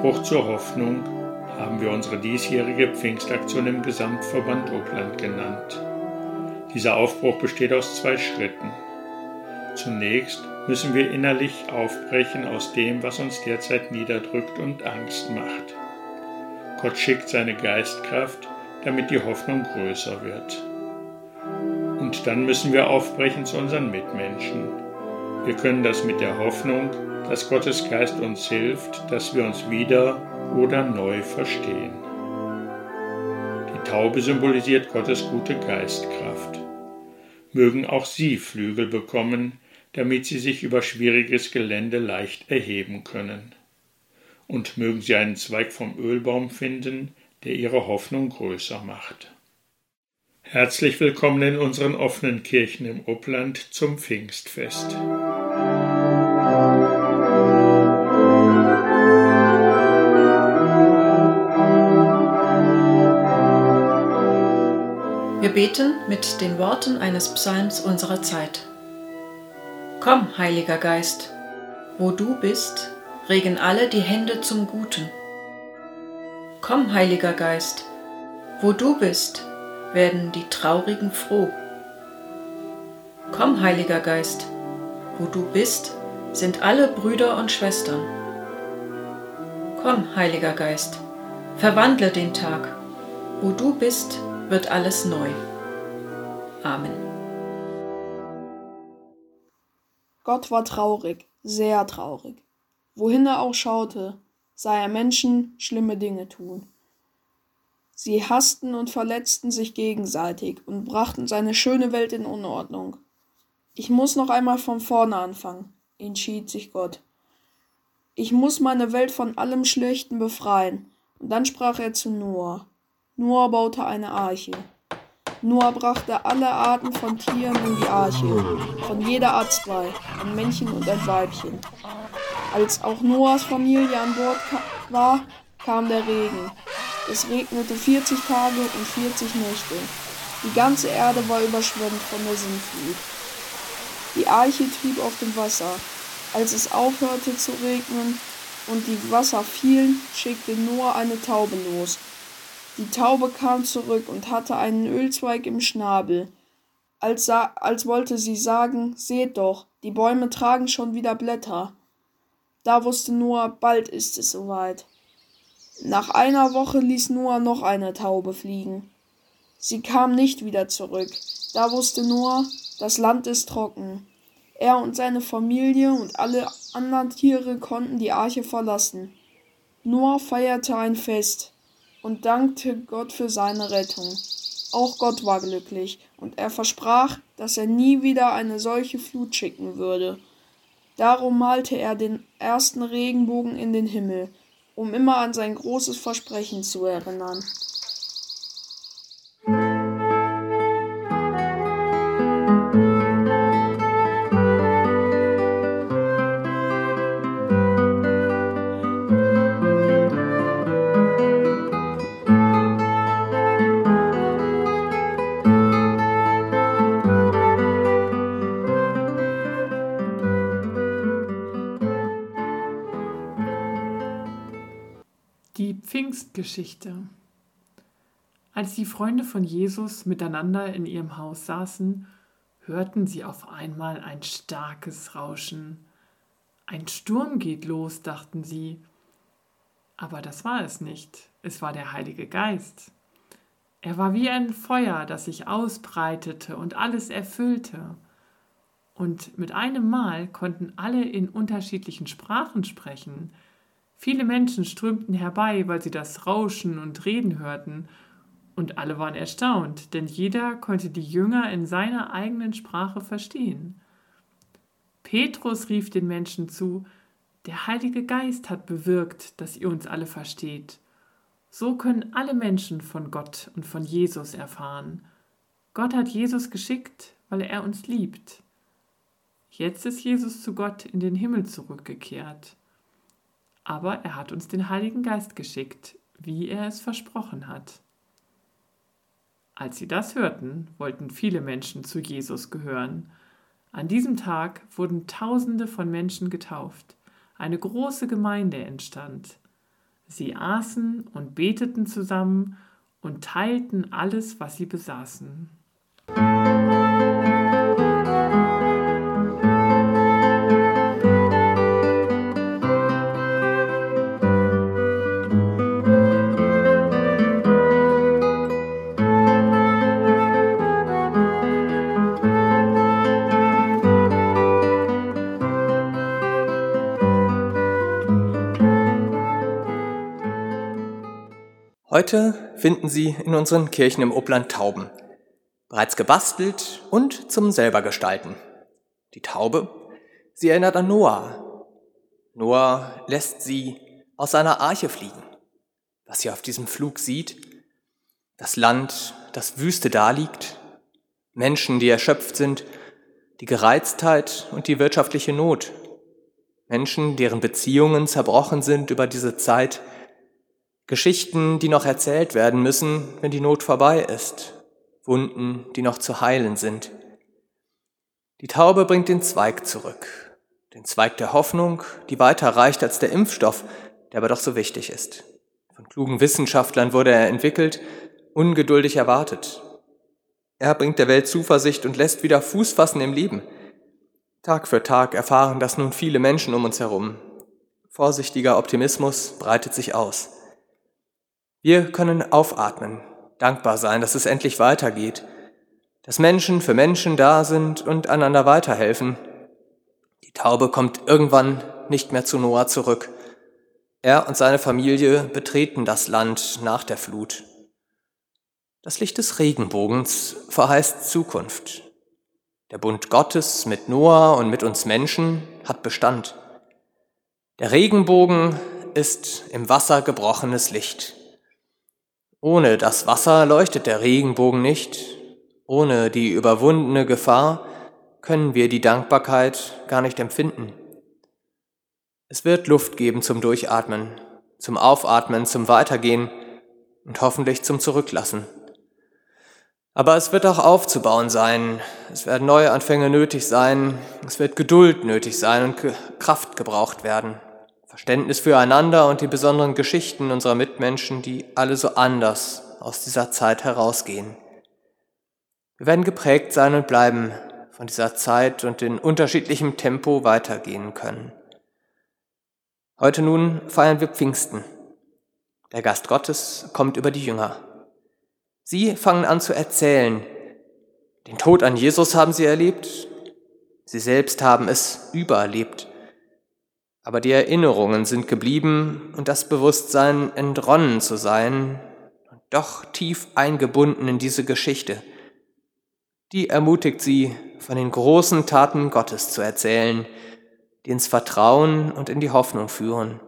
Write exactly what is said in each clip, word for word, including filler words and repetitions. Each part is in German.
Aufbruch zur Hoffnung haben wir unsere diesjährige Pfingstaktion im Gesamtverband Oppland genannt. Dieser Aufbruch besteht aus zwei Schritten. Zunächst müssen wir innerlich aufbrechen aus dem, was uns derzeit niederdrückt und Angst macht. Gott schickt seine Geistkraft, damit die Hoffnung größer wird. Und dann müssen wir aufbrechen zu unseren Mitmenschen. Wir können das mit der Hoffnung, dass Gottes Geist uns hilft, dass wir uns wieder oder neu verstehen. Die Taube symbolisiert Gottes gute Geistkraft. Mögen auch sie Flügel bekommen, damit sie sich über schwieriges Gelände leicht erheben können. Und mögen sie einen Zweig vom Ölbaum finden, der ihre Hoffnung größer macht. Herzlich willkommen in unseren offenen Kirchen im Oppland zum Pfingstfest. Wir beten mit den Worten eines Psalms unserer Zeit. Komm, Heiliger Geist, wo du bist, regen alle die Hände zum Guten. Komm, Heiliger Geist, wo du bist, werden die Traurigen froh. Komm, Heiliger Geist, wo du bist, sind alle Brüder und Schwestern. Komm, Heiliger Geist, verwandle den Tag, wo du bist, wird alles neu. Amen. Gott war traurig, sehr traurig. Wohin er auch schaute, sah er Menschen schlimme Dinge tun. Sie hassten und verletzten sich gegenseitig und brachten seine schöne Welt in Unordnung. Ich muss noch einmal von vorne anfangen, entschied sich Gott. Ich muss meine Welt von allem Schlechten befreien. Und dann sprach er zu Noah. Noah baute eine Arche. Noah brachte alle Arten von Tieren in die Arche, von jeder Art zwei, ein Männchen und ein Weibchen. Als auch Noahs Familie an Bord ka- war, kam der Regen. Es regnete vierzig Tage und vierzig Nächte. Die ganze Erde war überschwemmt von der Sintflut. Die Arche trieb auf dem Wasser. Als es aufhörte zu regnen und die Wasser fielen, schickte Noah eine Taube los. Die Taube kam zurück und hatte einen Ölzweig im Schnabel. Als, sa- als wollte sie sagen, seht doch, die Bäume tragen schon wieder Blätter. Da wusste Noah, bald ist es soweit. Nach einer Woche ließ Noah noch eine Taube fliegen. Sie kam nicht wieder zurück. Da wusste Noah, das Land ist trocken. Er und seine Familie und alle anderen Tiere konnten die Arche verlassen. Noah feierte ein Fest und dankte Gott für seine Rettung. Auch Gott war glücklich und er versprach, dass er nie wieder eine solche Flut schicken würde. Darum malte er den ersten Regenbogen in den Himmel, um immer an sein großes Versprechen zu erinnern. Die Pfingstgeschichte. Als die Freunde von Jesus miteinander in ihrem Haus saßen, hörten sie auf einmal ein starkes Rauschen. Ein Sturm geht los, dachten sie. Aber das war es nicht. Es war der Heilige Geist. Er war wie ein Feuer, das sich ausbreitete und alles erfüllte. Und mit einem Mal konnten alle in unterschiedlichen Sprachen sprechen. Viele Menschen strömten herbei, weil sie das Rauschen und Reden hörten. Und alle waren erstaunt, denn jeder konnte die Jünger in seiner eigenen Sprache verstehen. Petrus rief den Menschen zu: Der Heilige Geist hat bewirkt, dass ihr uns alle versteht. So können alle Menschen von Gott und von Jesus erfahren. Gott hat Jesus geschickt, weil er uns liebt. Jetzt ist Jesus zu Gott in den Himmel zurückgekehrt. Aber er hat uns den Heiligen Geist geschickt, wie er es versprochen hat. Als sie das hörten, wollten viele Menschen zu Jesus gehören. An diesem Tag wurden Tausende von Menschen getauft. Eine große Gemeinde entstand. Sie aßen und beteten zusammen und teilten alles, was sie besaßen. Heute finden Sie in unseren Kirchen im Obland Tauben, bereits gebastelt und zum Selbergestalten. Die Taube, sie erinnert an Noah. Noah lässt sie aus seiner Arche fliegen. Was sie auf diesem Flug sieht, das Land, das Wüste daliegt, Menschen, die erschöpft sind, die Gereiztheit und die wirtschaftliche Not, Menschen, deren Beziehungen zerbrochen sind über diese Zeit, Geschichten, die noch erzählt werden müssen, wenn die Not vorbei ist, Wunden, die noch zu heilen sind. Die Taube bringt den Zweig zurück, den Zweig der Hoffnung, die weiter reicht als der Impfstoff, der aber doch so wichtig ist. Von klugen Wissenschaftlern wurde er entwickelt, ungeduldig erwartet. Er bringt der Welt Zuversicht und lässt wieder Fuß fassen im Leben. Tag für Tag erfahren das nun viele Menschen um uns herum. Vorsichtiger Optimismus breitet sich aus. Wir können aufatmen, dankbar sein, dass es endlich weitergeht, dass Menschen für Menschen da sind und einander weiterhelfen. Die Taube kommt irgendwann nicht mehr zu Noah zurück. Er und seine Familie betreten das Land nach der Flut. Das Licht des Regenbogens verheißt Zukunft. Der Bund Gottes mit Noah und mit uns Menschen hat Bestand. Der Regenbogen ist im Wasser gebrochenes Licht. Ohne das Wasser leuchtet der Regenbogen nicht. Ohne die überwundene Gefahr können wir die Dankbarkeit gar nicht empfinden. Es wird Luft geben zum Durchatmen, zum Aufatmen, zum Weitergehen und hoffentlich zum Zurücklassen. Aber es wird auch aufzubauen sein. Es werden Neuanfänge nötig sein. Es wird Geduld nötig sein und Kraft gebraucht werden. Verständnis füreinander und die besonderen Geschichten unserer Mitmenschen, die alle so anders aus dieser Zeit herausgehen. Wir werden geprägt sein und bleiben von dieser Zeit und in unterschiedlichem Tempo weitergehen können. Heute nun feiern wir Pfingsten. Der Geist Gottes kommt über die Jünger. Sie fangen an zu erzählen. Den Tod an Jesus haben sie erlebt. Sie selbst haben es überlebt. Aber die Erinnerungen sind geblieben und das Bewusstsein, entronnen zu sein und doch tief eingebunden in diese Geschichte. Die ermutigt sie, von den großen Taten Gottes zu erzählen, die ins Vertrauen und in die Hoffnung führen.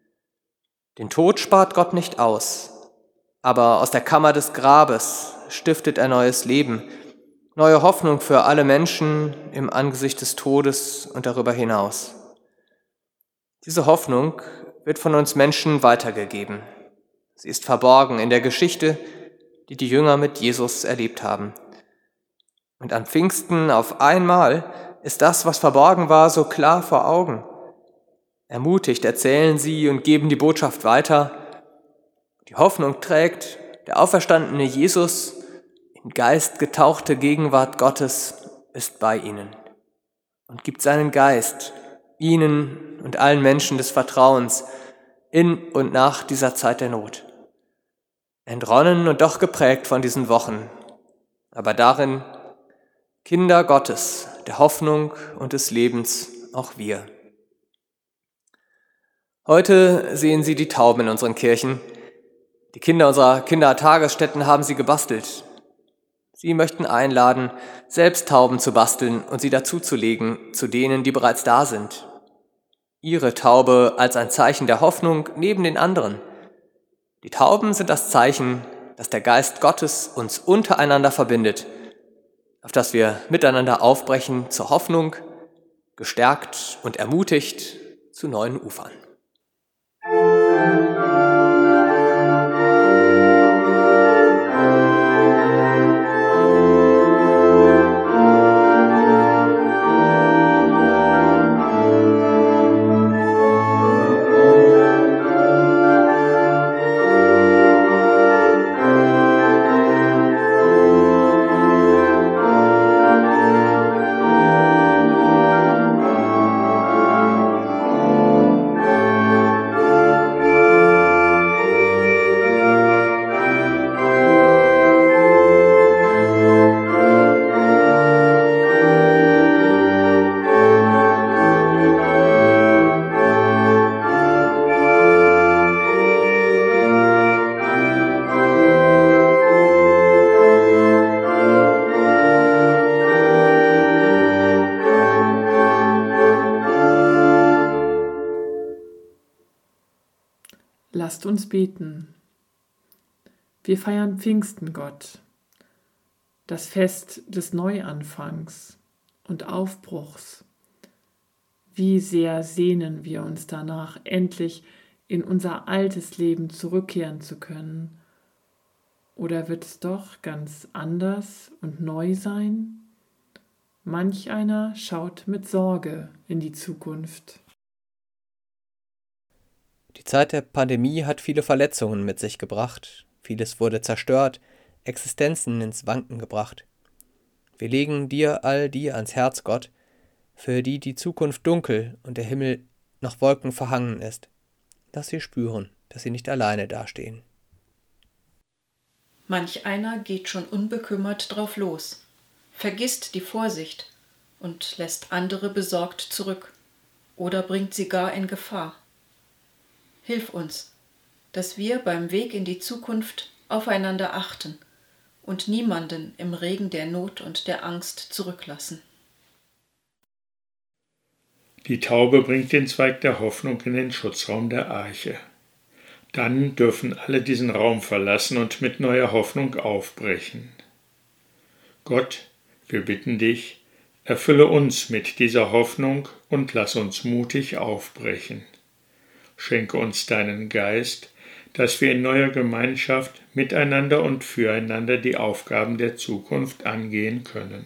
Den Tod spart Gott nicht aus, aber aus der Kammer des Grabes stiftet er neues Leben, neue Hoffnung für alle Menschen im Angesicht des Todes und darüber hinaus. Diese Hoffnung wird von uns Menschen weitergegeben. Sie ist verborgen in der Geschichte, die die Jünger mit Jesus erlebt haben. Und an Pfingsten auf einmal ist das, was verborgen war, so klar vor Augen. Ermutigt erzählen sie und geben die Botschaft weiter. Die Hoffnung trägt, der auferstandene Jesus, in Geist getauchte Gegenwart Gottes, ist bei ihnen und gibt seinen Geist ihnen und allen Menschen des Vertrauens in und nach dieser Zeit der Not. Entronnen und doch geprägt von diesen Wochen, aber darin Kinder Gottes, der Hoffnung und des Lebens, auch wir. Heute sehen Sie die Tauben in unseren Kirchen. Die Kinder unserer Kindertagesstätten haben sie gebastelt. Sie möchten einladen, selbst Tauben zu basteln und sie dazuzulegen zu denen, die bereits da sind. Ihre Taube als ein Zeichen der Hoffnung neben den anderen. Die Tauben sind das Zeichen, dass der Geist Gottes uns untereinander verbindet, auf das wir miteinander aufbrechen zur Hoffnung, gestärkt und ermutigt zu neuen Ufern. lasst uns beten. Wir feiern Pfingsten, Gott, das Fest des Neuanfangs und Aufbruchs. Wie sehr sehnen wir uns danach, endlich in unser altes Leben zurückkehren zu können. Oder wird es doch ganz anders und neu sein? Manch einer schaut mit Sorge in die Zukunft. Die Zeit der Pandemie hat viele Verletzungen mit sich gebracht. Vieles wurde zerstört, Existenzen ins Wanken gebracht. Wir legen dir all die ans Herz, Gott, für die die Zukunft dunkel und der Himmel nach Wolken verhangen ist, dass sie spüren, dass sie nicht alleine dastehen. Manch einer geht schon unbekümmert drauf los, vergisst die Vorsicht und lässt andere besorgt zurück oder bringt sie gar in Gefahr. Hilf uns, dass wir beim Weg in die Zukunft aufeinander achten und niemanden im Regen der Not und der Angst zurücklassen. Die Taube bringt den Zweig der Hoffnung in den Schutzraum der Arche. Dann dürfen alle diesen Raum verlassen und mit neuer Hoffnung aufbrechen. Gott, wir bitten dich, erfülle uns mit dieser Hoffnung und lass uns mutig aufbrechen. Schenke uns deinen Geist, dass wir in neuer Gemeinschaft miteinander und füreinander die Aufgaben der Zukunft angehen können.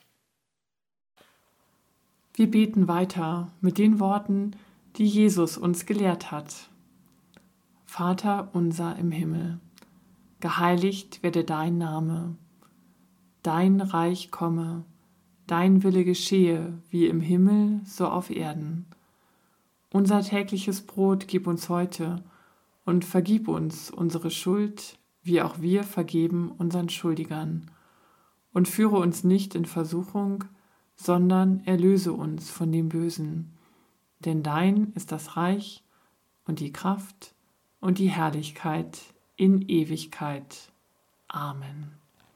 Wir beten weiter mit den Worten, die Jesus uns gelehrt hat. Vater unser im Himmel, geheiligt werde dein Name. Dein Reich komme, dein Wille geschehe, wie im Himmel, so auf Erden. Unser tägliches Brot gib uns heute und vergib uns unsere Schuld, wie auch wir vergeben unseren Schuldigern. Und führe uns nicht in Versuchung, sondern erlöse uns von dem Bösen. Denn dein ist das Reich und die Kraft und die Herrlichkeit in Ewigkeit. Amen.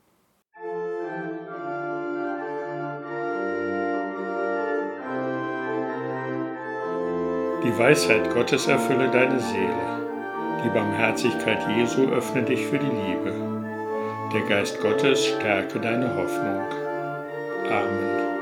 Die Weisheit Gottes erfülle deine Seele. Die Barmherzigkeit Jesu öffne dich für die Liebe. Der Geist Gottes stärke deine Hoffnung. Amen.